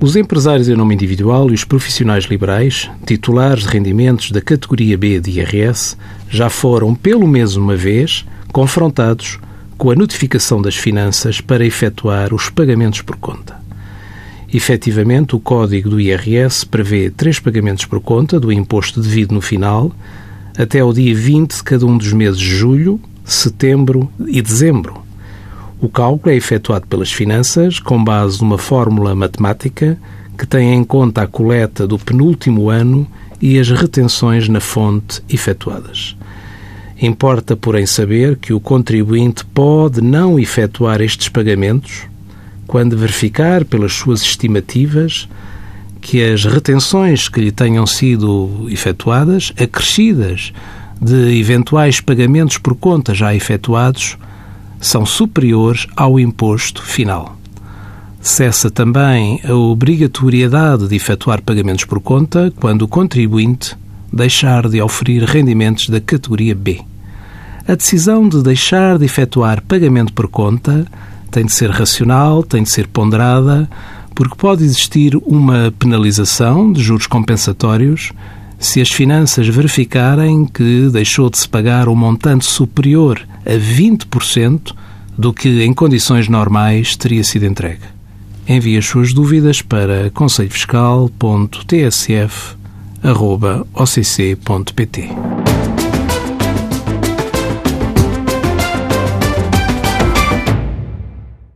Os empresários em nome individual e os profissionais liberais, titulares de rendimentos da categoria B de IRS, já foram, pelo menos uma vez, confrontados com a notificação das finanças para efetuar os pagamentos por conta. Efetivamente, o Código do IRS prevê 3 pagamentos por conta do imposto devido no final, até ao dia 20 de cada um dos meses de julho, setembro e dezembro. O cálculo é efetuado pelas finanças com base numa fórmula matemática que tem em conta a coleta do penúltimo ano e as retenções na fonte efetuadas. Importa, porém, saber que o contribuinte pode não efetuar estes pagamentos quando verificar pelas suas estimativas que as retenções que lhe tenham sido efetuadas, acrescidas de eventuais pagamentos por conta já efetuados, são superiores ao imposto final. Cessa também a obrigatoriedade de efetuar pagamentos por conta quando o contribuinte deixar de oferir rendimentos da categoria B. A decisão de deixar de efetuar pagamento por conta tem de ser racional, tem de ser ponderada, porque pode existir uma penalização de juros compensatórios se as finanças verificarem que deixou de se pagar um montante superior a 20% do que em condições normais teria sido entregue. Envie as suas dúvidas para conselhofiscal.tsf@occ.pt.